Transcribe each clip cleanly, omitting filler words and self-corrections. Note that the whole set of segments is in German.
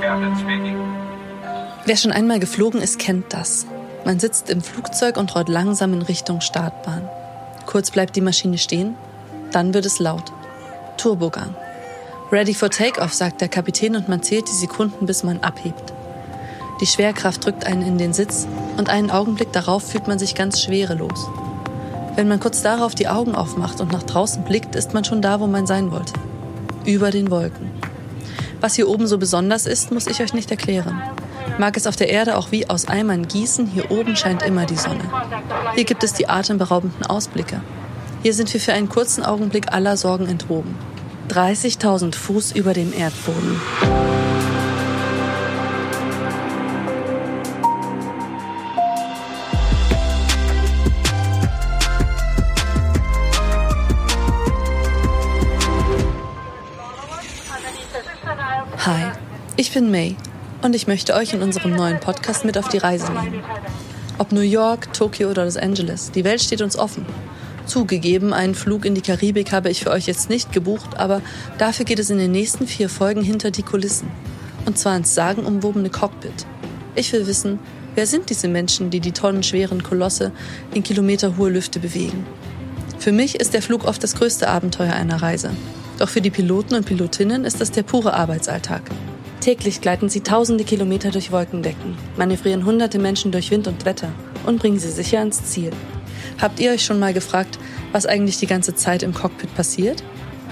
Wer schon einmal geflogen ist, kennt das. Man sitzt im Flugzeug und rollt langsam in Richtung Startbahn. Kurz bleibt die Maschine stehen, dann wird es laut. Turbogang. Ready for Takeoff, sagt der Kapitän und man zählt die Sekunden, bis man abhebt. Die Schwerkraft drückt einen in den Sitz und einen Augenblick darauf fühlt man sich ganz schwerelos. Wenn man kurz darauf die Augen aufmacht und nach draußen blickt, ist man schon da, wo man sein wollte. Über den Wolken. Was hier oben so besonders ist, muss ich euch nicht erklären. Mag es auf der Erde auch wie aus Eimern gießen, hier oben scheint immer die Sonne. Hier gibt es die atemberaubenden Ausblicke. Hier sind wir für einen kurzen Augenblick aller Sorgen enthoben. 30.000 Fuß über dem Erdboden. Hi, ich bin May und ich möchte euch in unserem neuen Podcast mit auf die Reise nehmen. Ob New York, Tokio oder Los Angeles, die Welt steht uns offen. Zugegeben, einen Flug in die Karibik habe ich für euch jetzt nicht gebucht, aber dafür geht es in den nächsten 4 Folgen hinter die Kulissen. Und zwar ins sagenumwobene Cockpit. Ich will wissen, wer sind diese Menschen, die die tonnenschweren Kolosse in kilometerhohe Lüfte bewegen? Für mich ist der Flug oft das größte Abenteuer einer Reise. Doch für die Piloten und Pilotinnen ist das der pure Arbeitsalltag. Täglich gleiten sie tausende Kilometer durch Wolkendecken, manövrieren hunderte Menschen durch Wind und Wetter und bringen sie sicher ans Ziel. Habt ihr euch schon mal gefragt, was eigentlich die ganze Zeit im Cockpit passiert?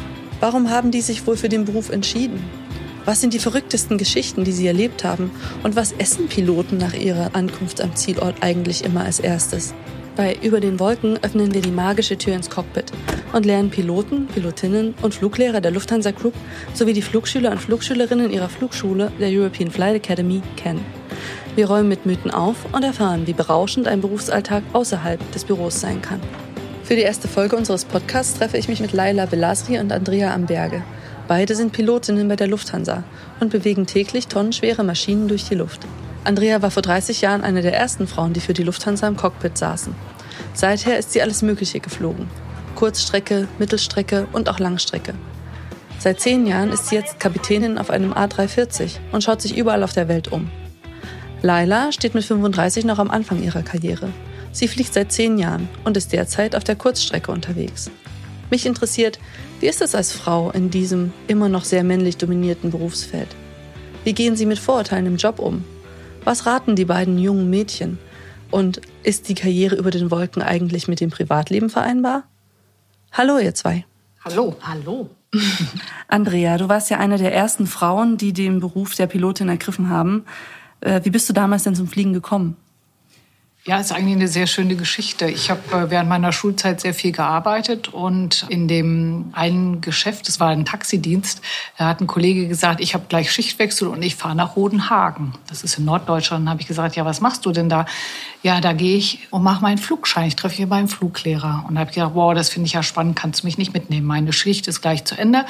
Warum haben die sich wohl für den Beruf entschieden? Was sind die verrücktesten Geschichten, die sie erlebt haben? Und was essen Piloten nach ihrer Ankunft am Zielort eigentlich immer als erstes? Bei Über den Wolken öffnen wir die magische Tür ins Cockpit und lernen Piloten, Pilotinnen und Fluglehrer der Lufthansa Group sowie die Flugschüler und Flugschülerinnen ihrer Flugschule, der European Flight Academy, kennen. Wir räumen mit Mythen auf und erfahren, wie berauschend ein Berufsalltag außerhalb des Büros sein kann. Für die erste Folge unseres Podcasts treffe ich mich mit Laila Belasri und Andrea Amberge. Beide sind Pilotinnen bei der Lufthansa und bewegen täglich tonnenschwere Maschinen durch die Luft. Andrea war vor 30 Jahren eine der ersten Frauen, die für die Lufthansa im Cockpit saßen. Seither ist sie alles Mögliche geflogen. Kurzstrecke, Mittelstrecke und auch Langstrecke. Seit 10 Jahren ist sie jetzt Kapitänin auf einem A340 und schaut sich überall auf der Welt um. Laila steht mit 35 noch am Anfang ihrer Karriere. Sie fliegt seit 10 Jahren und ist derzeit auf der Kurzstrecke unterwegs. Mich interessiert, wie ist es als Frau in diesem immer noch sehr männlich dominierten Berufsfeld? Wie gehen Sie mit Vorurteilen im Job um? Was raten die beiden jungen Mädchen? Und ist die Karriere über den Wolken eigentlich mit dem Privatleben vereinbar? Hallo ihr zwei. Hallo. Hallo. Andrea, du warst ja eine der ersten Frauen, die den Beruf der Pilotin ergriffen haben. Wie bist du damals denn zum Fliegen gekommen? Ja, ist eigentlich eine sehr schöne Geschichte. Ich habe während meiner Schulzeit sehr viel gearbeitet und in dem einen Geschäft, das war ein Taxidienst, da hat ein Kollege gesagt, ich habe gleich Schichtwechsel und ich fahre nach Rodenhagen. Das ist in Norddeutschland. Dann habe ich gesagt, ja, was machst du denn da? Ja, da gehe ich und mache meinen Flugschein. Ich treffe hier meinen Fluglehrer. Und da habe ich gedacht, wow, das finde ich ja spannend, kannst du mich nicht mitnehmen? Meine Schicht ist gleich zu Ende.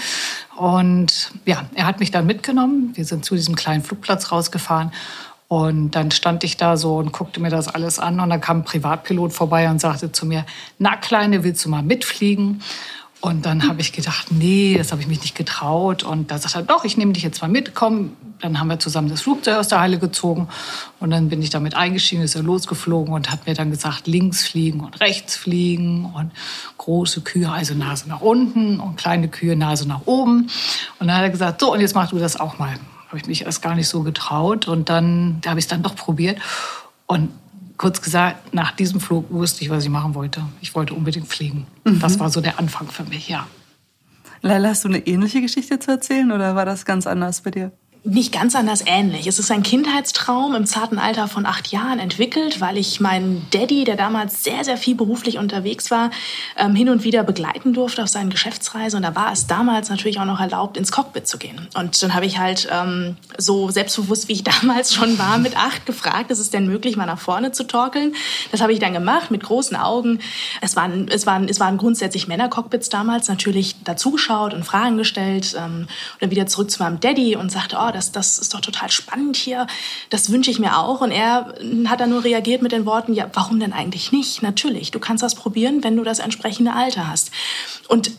Und ja, er hat mich dann mitgenommen. Wir sind zu diesem kleinen Flugplatz rausgefahren. Und dann stand ich da so und guckte mir das alles an. Und dann kam ein Privatpilot vorbei und sagte zu mir, na Kleine, willst du mal mitfliegen? Und dann habe ich gedacht, nee, das habe ich mich nicht getraut. Und da sagte er, doch, ich nehme dich jetzt mal mit, komm. Dann haben wir zusammen das Flugzeug aus der Halle gezogen. Und dann bin ich damit eingestiegen, ist er losgeflogen und hat mir dann gesagt, links fliegen und rechts fliegen. Und große Kühe, also Nase nach unten und kleine Kühe, Nase nach oben. Und dann hat er gesagt, so, und jetzt mach du das auch mal. Habe ich mich erst gar nicht so getraut und dann habe ich es dann doch probiert. Und kurz gesagt, nach diesem Flug wusste ich, was ich machen wollte. Ich wollte unbedingt fliegen. Das war so der Anfang für mich, ja. Laila, hast du eine ähnliche Geschichte zu erzählen oder war das ganz anders bei dir? Nicht ganz anders ähnlich. Es ist ein Kindheitstraum im zarten Alter von 8 Jahren entwickelt, weil ich meinen Daddy, der damals sehr, sehr viel beruflich unterwegs war, hin und wieder begleiten durfte auf seinen Geschäftsreisen. Und da war es damals natürlich auch noch erlaubt, ins Cockpit zu gehen. Und dann habe ich halt so selbstbewusst, wie ich damals schon war, mit 8 gefragt, ist es denn möglich, mal nach vorne zu torkeln? Das habe ich dann gemacht mit großen Augen. Es waren grundsätzlich Männercockpits damals, natürlich dazugeschaut und Fragen gestellt. Und dann wieder zurück zu meinem Daddy und sagte, oh, das ist doch total spannend hier, das wünsche ich mir auch. Und er hat dann nur reagiert mit den Worten, ja, warum denn eigentlich nicht? Natürlich, du kannst das probieren, wenn du das entsprechende Alter hast. Und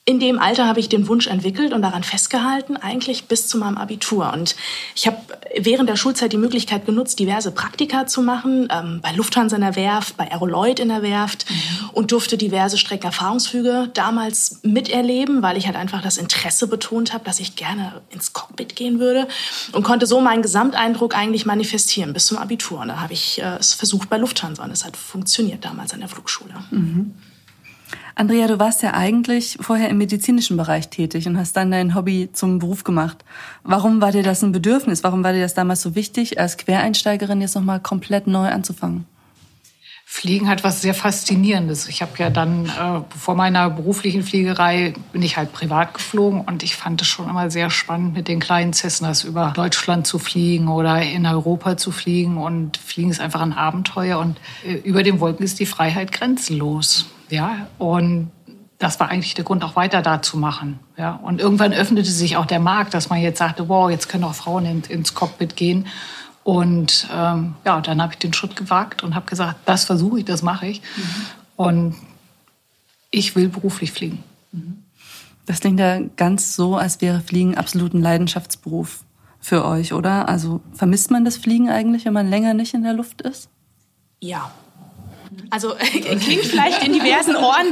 in dem Alter habe ich den Wunsch entwickelt und daran festgehalten, eigentlich bis zu meinem Abitur. Und ich habe während der Schulzeit die Möglichkeit genutzt, diverse Praktika zu machen, bei Lufthansa in der Werft, bei Aeroloid in der Werft und durfte diverse Streckenerfahrungsflüge damals miterleben, weil ich halt einfach das Interesse betont habe, dass ich gerne ins Cockpit gehen würde und konnte so meinen Gesamteindruck eigentlich manifestieren bis zum Abitur. Und da habe ich es versucht bei Lufthansa und es hat funktioniert damals an der Flugschule. Mhm. Andrea, du warst ja eigentlich vorher im medizinischen Bereich tätig und hast dann dein Hobby zum Beruf gemacht. Warum war dir das ein Bedürfnis? Warum war dir das damals so wichtig, als Quereinsteigerin jetzt nochmal komplett neu anzufangen? Fliegen hat was sehr Faszinierendes. Ich habe ja dann, vor meiner beruflichen Fliegerei, bin ich halt privat geflogen und ich fand es schon immer sehr spannend, mit den kleinen Cessnas über Deutschland zu fliegen oder in Europa zu fliegen. Und Fliegen ist einfach ein Abenteuer und über den Wolken ist die Freiheit grenzenlos. Ja, und das war eigentlich der Grund, auch weiter da zu machen. Ja, und irgendwann öffnete sich auch der Markt, dass man jetzt sagte, wow, jetzt können auch Frauen ins Cockpit gehen. Und dann habe ich den Schritt gewagt und habe gesagt, das versuche ich, das mache ich. Und ich will beruflich fliegen. Das klingt ja ganz so, als wäre Fliegen absolut ein Leidenschaftsberuf für euch, oder? Also vermisst man das Fliegen eigentlich, wenn man länger nicht in der Luft ist? Ja. Also klingt vielleicht in diversen Ohren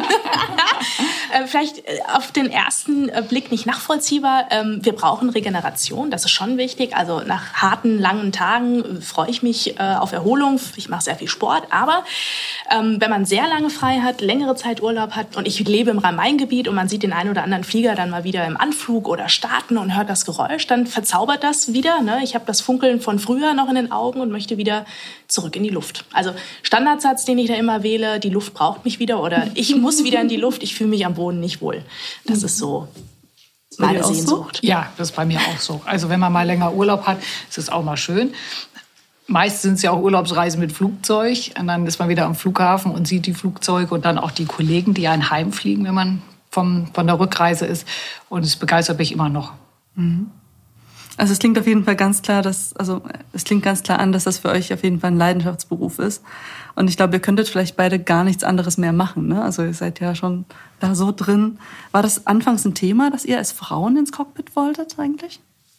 vielleicht auf den ersten Blick nicht nachvollziehbar. Wir brauchen Regeneration, das ist schon wichtig. Also nach harten, langen Tagen freue ich mich auf Erholung. Ich mache sehr viel Sport. Aber wenn man sehr lange frei hat, längere Zeit Urlaub hat und ich lebe im Rhein-Main-Gebiet und man sieht den einen oder anderen Flieger dann mal wieder im Anflug oder starten und hört das Geräusch, dann verzaubert das wieder. Ne? Ich habe das Funkeln von früher noch in den Augen und möchte wieder zurück in die Luft. Also Standardsatz, den ich da immer wähle, die Luft braucht mich wieder oder ich muss wieder in die Luft, ich fühle mich am Boden nicht wohl. Das ist so meine Sehnsucht. So? Ja, das ist bei mir auch so. Also wenn man mal länger Urlaub hat, ist es auch mal schön. Meist sind es ja auch Urlaubsreisen mit Flugzeug. Und dann ist man wieder am Flughafen und sieht die Flugzeuge und dann auch die Kollegen, die einen heimfliegen, wenn man von der Rückreise ist. Und es begeistert mich immer noch. Mhm. Also es klingt auf jeden Fall ganz klar, es klingt ganz klar an, dass das für euch auf jeden Fall ein Leidenschaftsberuf ist. Und ich glaube, ihr könntet vielleicht beide gar nichts anderes mehr machen, ne? Also ihr seid ja schon da so drin. War das anfangs ein Thema, dass ihr als Frauen ins Cockpit wolltet eigentlich?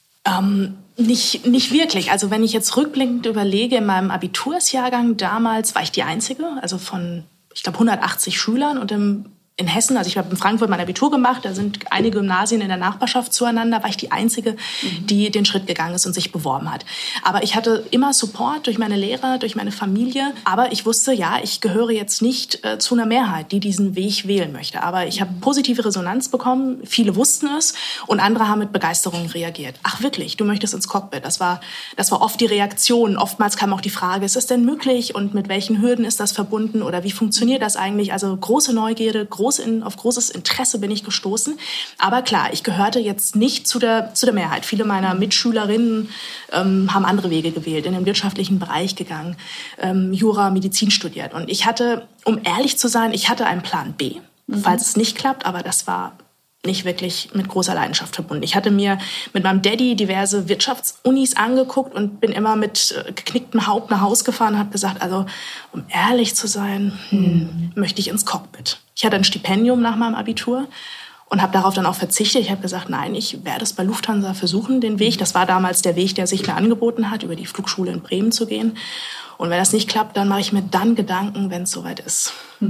Nicht wirklich. Also wenn ich jetzt rückblickend überlege, in meinem Abitursjahrgang damals war ich die Einzige, also von, ich glaube, 180 Schülern und in Hessen, also ich habe in Frankfurt mein Abitur gemacht, da sind einige Gymnasien in der Nachbarschaft zueinander, war ich die Einzige, die den Schritt gegangen ist und sich beworben hat. Aber ich hatte immer Support durch meine Lehrer, durch meine Familie, aber ich wusste, ja, ich gehöre jetzt nicht zu einer Mehrheit, die diesen Weg wählen möchte. Aber ich habe positive Resonanz bekommen, viele wussten es und andere haben mit Begeisterung reagiert. Ach wirklich, du möchtest ins Cockpit? Das war oft die Reaktion. Oftmals kam auch die Frage, ist das denn möglich und mit welchen Hürden ist das verbunden oder wie funktioniert das eigentlich? Also große Neugierde, auf großes Interesse bin ich gestoßen. Aber klar, ich gehörte jetzt nicht zu der Mehrheit. Viele meiner Mitschülerinnen haben andere Wege gewählt, in den wirtschaftlichen Bereich gegangen, Jura, Medizin studiert. Und ich hatte, um ehrlich zu sein, ich hatte einen Plan B, falls es nicht klappt. Aber das war nicht wirklich mit großer Leidenschaft verbunden. Ich hatte mir mit meinem Daddy diverse Wirtschaftsunis angeguckt und bin immer mit geknicktem Haupt nach Hause gefahren und habe gesagt, also um ehrlich zu sein, möchte ich ins Cockpit. Ich hatte ein Stipendium nach meinem Abitur und habe darauf dann auch verzichtet. Ich habe gesagt, nein, ich werde es bei Lufthansa versuchen, den Weg. Das war damals der Weg, der sich mir angeboten hat, über die Flugschule in Bremen zu gehen. Und wenn das nicht klappt, dann mache ich mir dann Gedanken, wenn es soweit ist.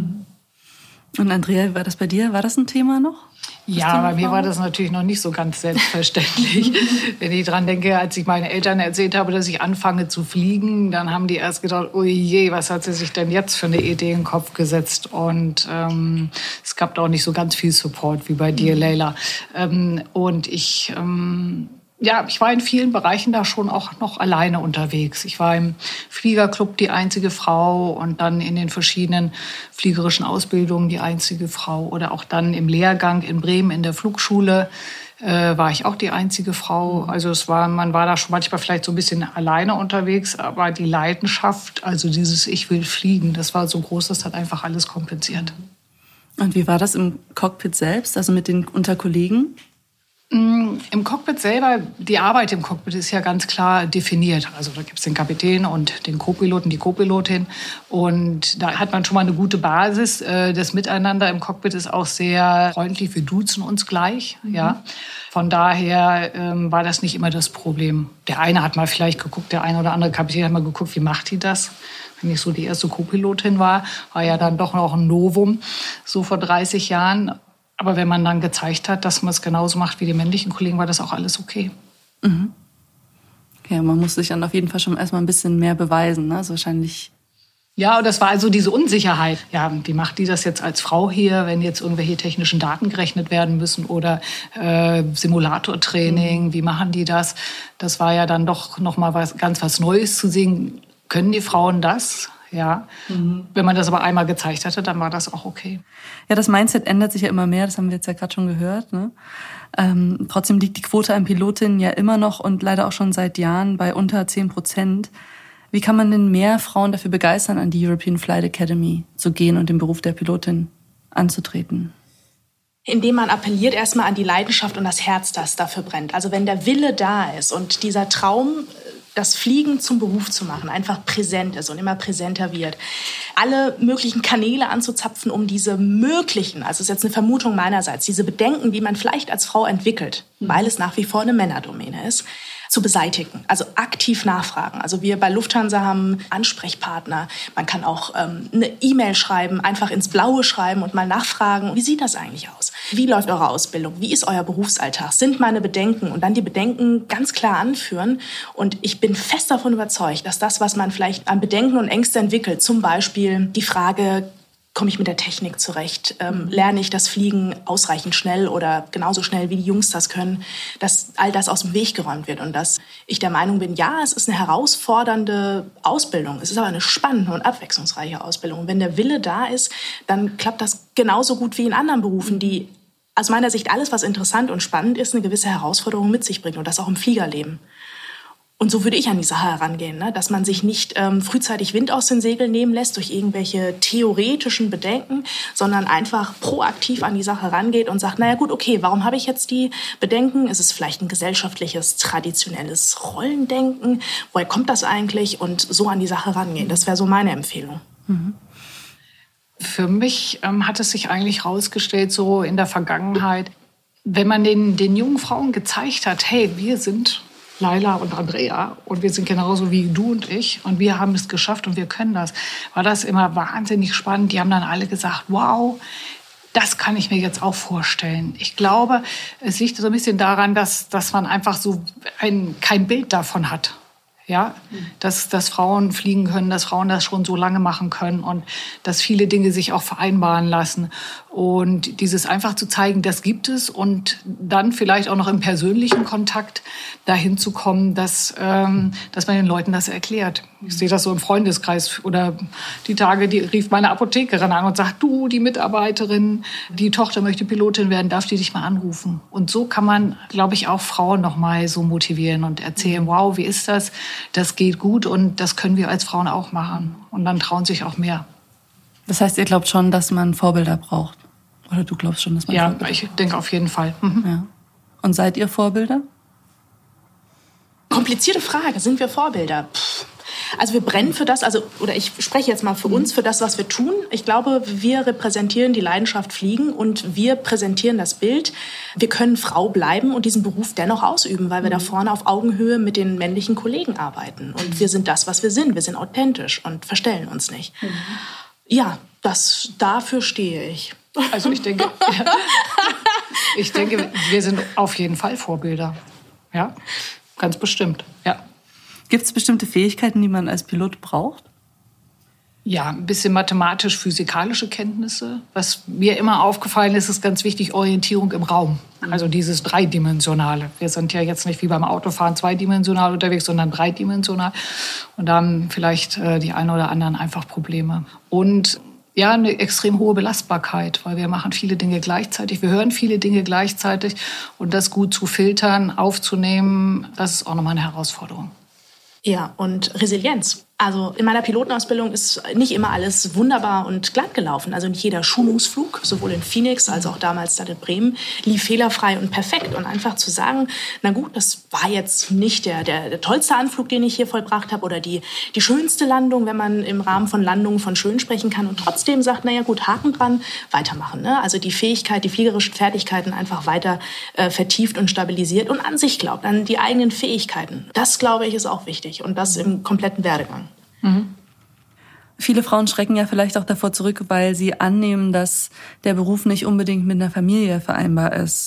Und Andrea, wie war das bei dir? War das ein Thema noch? Ja, bei mir war das natürlich noch nicht so ganz selbstverständlich. Wenn ich dran denke, als ich meinen Eltern erzählt habe, dass ich anfange zu fliegen, dann haben die erst gedacht, oh je, was hat sie sich denn jetzt für eine Idee in den Kopf gesetzt? Und es gab auch nicht so ganz viel Support wie bei dir, Leila. Und ich war in vielen Bereichen da schon auch noch alleine unterwegs. Ich war im Fliegerclub die einzige Frau und dann in den verschiedenen fliegerischen Ausbildungen die einzige Frau. Oder auch dann im Lehrgang in Bremen in der Flugschule war ich auch die einzige Frau. Also man war da schon manchmal vielleicht so ein bisschen alleine unterwegs, aber die Leidenschaft, also dieses Ich will fliegen, das war so groß, das hat einfach alles kompensiert. Und wie war das im Cockpit selbst, also unter Kollegen? Im Cockpit selber, die Arbeit im Cockpit ist ja ganz klar definiert. Also da gibt es den Kapitän und den Co-Piloten, die Co-Pilotin. Und da hat man schon mal eine gute Basis. Das Miteinander im Cockpit ist auch sehr freundlich. Wir duzen uns gleich. Ja. Von daher war das nicht immer das Problem. Der eine hat mal vielleicht geguckt, der eine oder andere Kapitän hat mal geguckt, wie macht die das? Wenn ich so die erste Co-Pilotin war ja dann doch noch ein Novum, so vor 30 Jahren. Aber wenn man dann gezeigt hat, dass man es genauso macht wie die männlichen Kollegen, war das auch alles okay. Mhm. Okay, man muss sich dann auf jeden Fall schon erstmal ein bisschen mehr beweisen, ne? Also wahrscheinlich. Ja, und das war also diese Unsicherheit. Ja, wie macht die das jetzt als Frau hier, wenn jetzt irgendwelche technischen Daten gerechnet werden müssen oder Simulatortraining, wie machen die das? Das war ja dann doch noch mal was Neues zu sehen. Können die Frauen das? Ja. Wenn man das aber einmal gezeigt hatte, dann war das auch okay. Ja, das Mindset ändert sich ja immer mehr, das haben wir jetzt ja gerade schon gehört. Ne? Trotzdem liegt die Quote an Pilotinnen ja immer noch und leider auch schon seit Jahren bei unter 10%. Wie kann man denn mehr Frauen dafür begeistern, an die European Flight Academy zu gehen und den Beruf der Pilotin anzutreten? Indem man appelliert erstmal an die Leidenschaft und das Herz, das dafür brennt. Also wenn der Wille da ist und dieser Traum, das Fliegen zum Beruf zu machen, einfach präsent ist und immer präsenter wird. Alle möglichen Kanäle anzuzapfen, um diese möglichen, also das ist jetzt eine Vermutung meinerseits, diese Bedenken, die man vielleicht als Frau entwickelt, weil es nach wie vor eine Männerdomäne ist, zu beseitigen, also aktiv nachfragen. Also wir bei Lufthansa haben Ansprechpartner. Man kann auch eine E-Mail schreiben, einfach ins Blaue schreiben und mal nachfragen, wie sieht das eigentlich aus? Wie läuft eure Ausbildung? Wie ist euer Berufsalltag? Sind meine Bedenken? Und dann die Bedenken ganz klar anführen. Und ich bin fest davon überzeugt, dass das, was man vielleicht an Bedenken und Ängste entwickelt, zum Beispiel die Frage, komme ich mit der Technik zurecht? Lerne ich das Fliegen ausreichend schnell oder genauso schnell, wie die Jungs das können? Dass all das aus dem Weg geräumt wird und dass ich der Meinung bin, ja, es ist eine herausfordernde Ausbildung. Es ist aber eine spannende und abwechslungsreiche Ausbildung. Und wenn der Wille da ist, dann klappt das genauso gut wie in anderen Berufen, die aus meiner Sicht alles, was interessant und spannend ist, eine gewisse Herausforderung mit sich bringt und das auch im Fliegerleben. Und so würde ich an die Sache herangehen, ne? Dass man sich nicht frühzeitig Wind aus den Segeln nehmen lässt durch irgendwelche theoretischen Bedenken, sondern einfach proaktiv an die Sache rangeht und sagt, naja gut, okay, warum habe ich jetzt die Bedenken? Ist es vielleicht ein gesellschaftliches, traditionelles Rollendenken? Woher kommt das eigentlich? Und so an die Sache rangehen. Das wäre so meine Empfehlung. Mhm. Für mich hat es sich eigentlich herausgestellt, so in der Vergangenheit, wenn man den jungen Frauen gezeigt hat, hey, wir sind Laila und Andrea und wir sind genauso wie du und ich und wir haben es geschafft und wir können das, war das immer wahnsinnig spannend. Die haben dann alle gesagt, wow, das kann ich mir jetzt auch vorstellen. Ich glaube, es liegt so ein bisschen daran, dass man einfach so kein Bild davon hat. Ja, dass Frauen fliegen können, dass Frauen das schon so lange machen können und dass viele Dinge sich auch vereinbaren lassen. Und dieses einfach zu zeigen, das gibt es und dann vielleicht auch noch im persönlichen Kontakt dahin zu kommen, dass man den Leuten das erklärt. Ich sehe das so im Freundeskreis oder die Tage, die rief meine Apothekerin an und sagt, du, die Mitarbeiterin, die Tochter möchte Pilotin werden, darf die dich mal anrufen? Und so kann man, glaube ich, auch Frauen noch mal so motivieren und erzählen, wow, wie ist das? Das geht gut und das können wir als Frauen auch machen. Und dann trauen sich auch mehr. Das heißt, ihr glaubt schon, dass man Vorbilder braucht? Oder du glaubst schon, dass man Vorbilder braucht? Ja, ich denke auf jeden Fall. Mhm. Ja. Und seid ihr Vorbilder? Komplizierte Frage. Sind wir Vorbilder? Also wir brennen für das, oder ich spreche jetzt mal für uns, für das, was wir tun. Ich glaube, wir repräsentieren die Leidenschaft Fliegen und wir präsentieren das Bild. Wir können Frau bleiben und diesen Beruf dennoch ausüben, weil wir da vorne auf Augenhöhe mit den männlichen Kollegen arbeiten. Und wir sind das, was wir sind. Wir sind authentisch und verstellen uns nicht. Ja, dafür stehe ich. Also ich denke, wir sind auf jeden Fall Vorbilder. Ja, ganz bestimmt, ja. Gibt es bestimmte Fähigkeiten, die man als Pilot braucht? Ja, ein bisschen mathematisch-physikalische Kenntnisse. Was mir immer aufgefallen ist, ist ganz wichtig, Orientierung im Raum. Also dieses Dreidimensionale. Wir sind ja jetzt nicht wie beim Autofahren zweidimensional unterwegs, sondern dreidimensional. Und da haben vielleicht die einen oder anderen einfach Probleme. Und ja, eine extrem hohe Belastbarkeit, weil wir machen viele Dinge gleichzeitig. Wir hören viele Dinge gleichzeitig. Und das gut zu filtern, aufzunehmen, das ist auch nochmal eine Herausforderung. Ja, und Resilienz. Also in meiner Pilotenausbildung ist nicht immer alles wunderbar und glatt gelaufen. Also nicht jeder Schulungsflug, sowohl in Phoenix als auch damals dann in Bremen, lief fehlerfrei und perfekt. Und einfach zu sagen, na gut, das war jetzt nicht der tollste Anflug, den ich hier vollbracht habe oder die schönste Landung, wenn man im Rahmen von Landungen von schön sprechen kann und trotzdem sagt, naja gut, Haken dran, weitermachen. Ne? Also die Fähigkeit, die fliegerischen Fertigkeiten einfach weiter vertieft und stabilisiert und an sich glaubt, an die eigenen Fähigkeiten. Das, glaube ich, ist auch wichtig und das im kompletten Werdegang. Mhm. Viele Frauen schrecken ja vielleicht auch davor zurück, weil sie annehmen, dass der Beruf nicht unbedingt mit einer Familie vereinbar ist.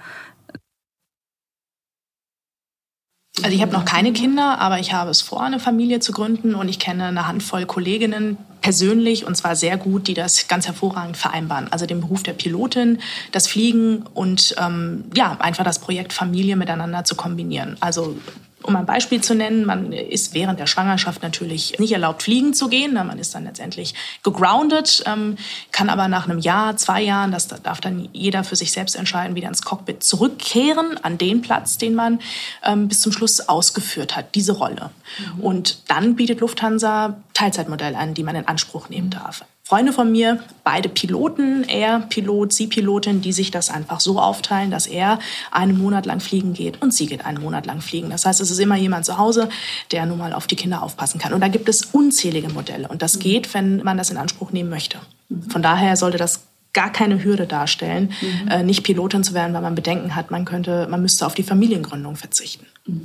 Also ich habe noch keine Kinder, aber ich habe es vor, eine Familie zu gründen und ich kenne eine Handvoll Kolleginnen persönlich und zwar sehr gut, die das ganz hervorragend vereinbaren. Also den Beruf der Pilotin, das Fliegen und einfach das Projekt Familie miteinander zu kombinieren. Also um ein Beispiel zu nennen, man ist während der Schwangerschaft natürlich nicht erlaubt, fliegen zu gehen. Man ist dann letztendlich gegroundet, kann aber nach einem Jahr, 2 Jahren, das darf dann jeder für sich selbst entscheiden, wieder ins Cockpit zurückkehren, an den Platz, den man bis zum Schluss ausgeführt hat, diese Rolle. Mhm. Und dann bietet Lufthansa Teilzeitmodelle an, die man in Anspruch nehmen darf. Freunde von mir, beide Piloten, er Pilot, sie Pilotin, die sich das einfach so aufteilen, dass er einen Monat lang fliegen geht und sie geht einen Monat lang fliegen. Das heißt, es ist immer jemand zu Hause, der nun mal auf die Kinder aufpassen kann. Und da gibt es unzählige Modelle. Und das geht, wenn man das in Anspruch nehmen möchte. Von daher sollte das gar keine Hürde darstellen, nicht Pilotin zu werden, weil man Bedenken hat, man müsste auf die Familiengründung verzichten.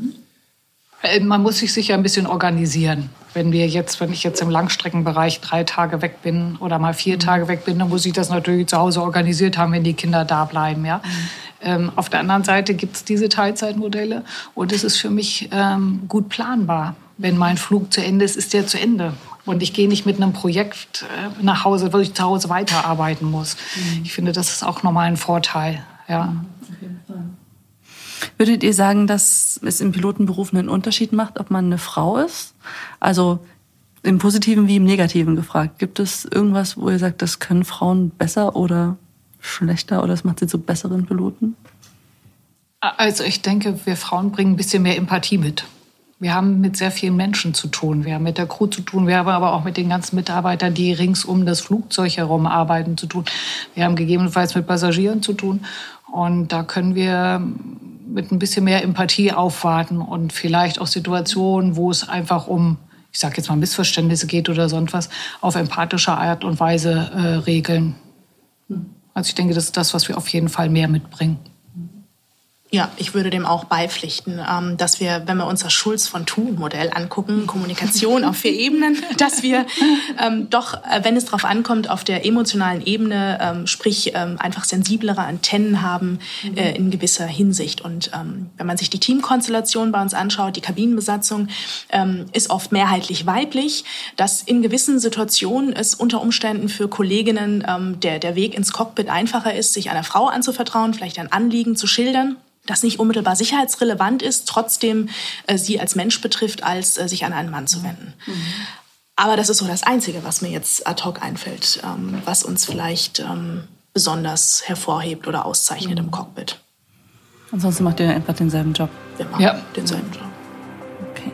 Man muss sich sicher ein bisschen organisieren. Wenn ich jetzt im Langstreckenbereich 3 Tage weg bin oder mal 4 Tage weg bin, dann muss ich das natürlich zu Hause organisiert haben, wenn die Kinder da bleiben. Ja? Auf der anderen Seite gibt es diese Teilzeitmodelle und es ist für mich gut planbar. Wenn mein Flug zu Ende ist, ist der zu Ende. Und ich gehe nicht mit einem Projekt nach Hause, wo ich zu Hause weiterarbeiten muss. Ich finde, das ist auch nochmal ein Vorteil. Ja. Auf jeden Fall. Würdet ihr sagen, dass es im Pilotenberuf einen Unterschied macht, ob man eine Frau ist? Also im Positiven wie im Negativen gefragt. Gibt es irgendwas, wo ihr sagt, das können Frauen besser oder schlechter oder das macht sie zu besseren Piloten? Also ich denke, wir Frauen bringen ein bisschen mehr Empathie mit. Wir haben mit sehr vielen Menschen zu tun. Wir haben mit der Crew zu tun. Wir haben aber auch mit den ganzen Mitarbeitern, die rings um das Flugzeug herum arbeiten, zu tun. Wir haben gegebenenfalls mit Passagieren zu tun. Und da können wir mit ein bisschen mehr Empathie aufwarten und vielleicht auch Situationen, wo es einfach um, ich sage jetzt mal, Missverständnisse geht oder sonst was, auf empathische Art und Weise regeln. Also ich denke, das ist das, was wir auf jeden Fall mehr mitbringen. Ja, ich würde dem auch beipflichten, dass wir, wenn wir uns das Schulz-von-Thun-Modell angucken, Kommunikation auf 4 Ebenen, dass wir doch, wenn es darauf ankommt, auf der emotionalen Ebene, sprich einfach sensiblere Antennen haben in gewisser Hinsicht. Und wenn man sich die Teamkonstellation bei uns anschaut, die Kabinenbesatzung ist oft mehrheitlich weiblich, dass in gewissen Situationen es unter Umständen für Kolleginnen der Weg ins Cockpit einfacher ist, sich einer Frau anzuvertrauen, vielleicht ein Anliegen zu schildern, das nicht unmittelbar sicherheitsrelevant ist, trotzdem sie als Mensch betrifft, als sich an einen Mann zu wenden. Aber das ist so das Einzige, was mir jetzt ad hoc einfällt, was uns vielleicht besonders hervorhebt oder auszeichnet im Cockpit. Ansonsten macht ihr einfach denselben Job. Wir machen denselben Job. Okay.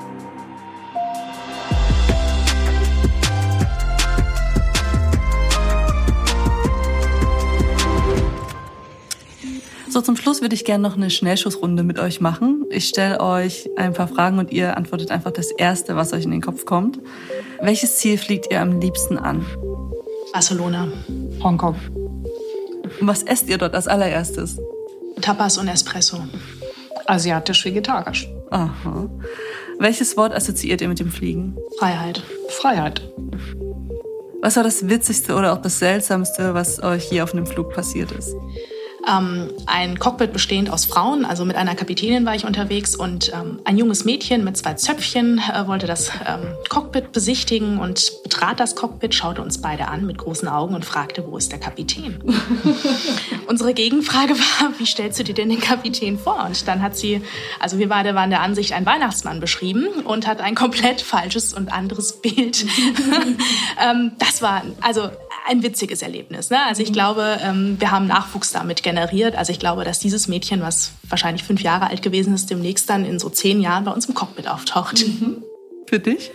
So, zum Schluss würde ich gerne noch eine Schnellschussrunde mit euch machen. Ich stelle euch ein paar Fragen und ihr antwortet einfach das Erste, was euch in den Kopf kommt. Welches Ziel fliegt ihr am liebsten an? Barcelona. Hongkong. Und was esst ihr dort als allererstes? Tapas und Espresso. Asiatisch-vegetarisch. Aha. Welches Wort assoziiert ihr mit dem Fliegen? Freiheit. Freiheit. Was war das Witzigste oder auch das Seltsamste, was euch hier auf einem Flug passiert ist? Ein Cockpit bestehend aus Frauen, also mit einer Kapitänin war ich unterwegs und ein junges Mädchen mit 2 Zöpfchen wollte das Cockpit besichtigen und betrat das Cockpit, schaute uns beide an mit großen Augen und fragte, wo ist der Kapitän? Unsere Gegenfrage war, wie stellst du dir denn den Kapitän vor? Und dann hat sie, also wir beide waren der Ansicht, einen Weihnachtsmann beschrieben und hat ein komplett falsches und anderes Bild. Das war also ein witziges Erlebnis. Ne? Also ich glaube, wir haben Nachwuchs damit generiert. Also ich glaube, dass dieses Mädchen, was wahrscheinlich 5 Jahre alt gewesen ist, demnächst dann in so 10 Jahren bei uns im Cockpit auftaucht. Für dich?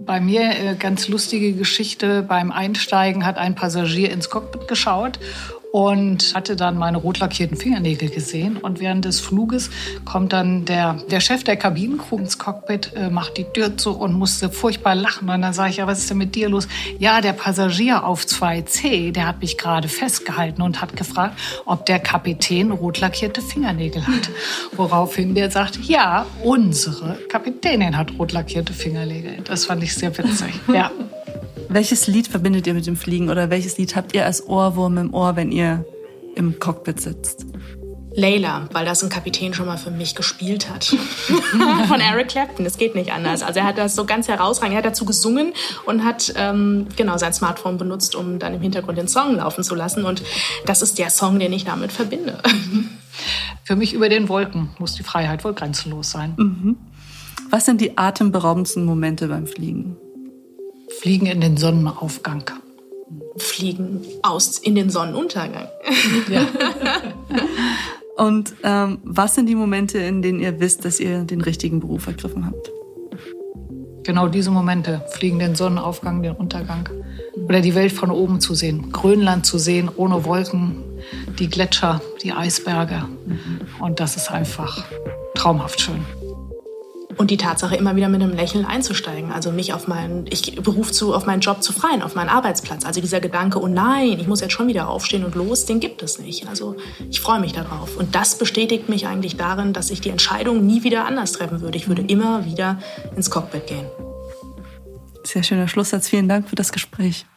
Bei mir ganz lustige Geschichte. Beim Einsteigen hat ein Passagier ins Cockpit geschaut und hatte dann meine rot lackierten Fingernägel gesehen. Und während des Fluges kommt dann der Chef der Kabinencrew ins Cockpit, macht die Tür zu und musste furchtbar lachen. Und dann sage ich, ja, was ist denn mit dir los? Ja, der Passagier auf 2C, der hat mich gerade festgehalten und hat gefragt, ob der Kapitän rot lackierte Fingernägel hat. Woraufhin der sagt, ja, unsere Kapitänin hat rot lackierte Fingernägel. Das fand ich sehr witzig, ja. Welches Lied verbindet ihr mit dem Fliegen oder welches Lied habt ihr als Ohrwurm im Ohr, wenn ihr im Cockpit sitzt? Layla, weil das ein Kapitän schon mal für mich gespielt hat. Von Eric Clapton, das geht nicht anders. Also er hat das so ganz herausragend, er hat dazu gesungen und hat sein Smartphone benutzt, um dann im Hintergrund den Song laufen zu lassen. Und das ist der Song, den ich damit verbinde. Für mich über den Wolken muss die Freiheit wohl grenzenlos sein. Mhm. Was sind die atemberaubendsten Momente beim Fliegen? Fliegen in den Sonnenaufgang. Fliegen in den Sonnenuntergang. Ja. Und was sind die Momente, in denen ihr wisst, dass ihr den richtigen Beruf ergriffen habt? Genau diese Momente. Fliegen den Sonnenaufgang, den Untergang. Oder die Welt von oben zu sehen. Grönland zu sehen, ohne Wolken. Die Gletscher, die Eisberge. Und das ist einfach traumhaft schön. Und die Tatsache, immer wieder mit einem Lächeln einzusteigen. Also mich auf meinen Job zu freuen, auf meinen Arbeitsplatz. Also dieser Gedanke, oh nein, ich muss jetzt schon wieder aufstehen und los, den gibt es nicht. Also ich freue mich darauf. Und das bestätigt mich eigentlich darin, dass ich die Entscheidung nie wieder anders treffen würde. Ich würde immer wieder ins Cockpit gehen. Sehr schöner Schlusssatz. Vielen Dank für das Gespräch.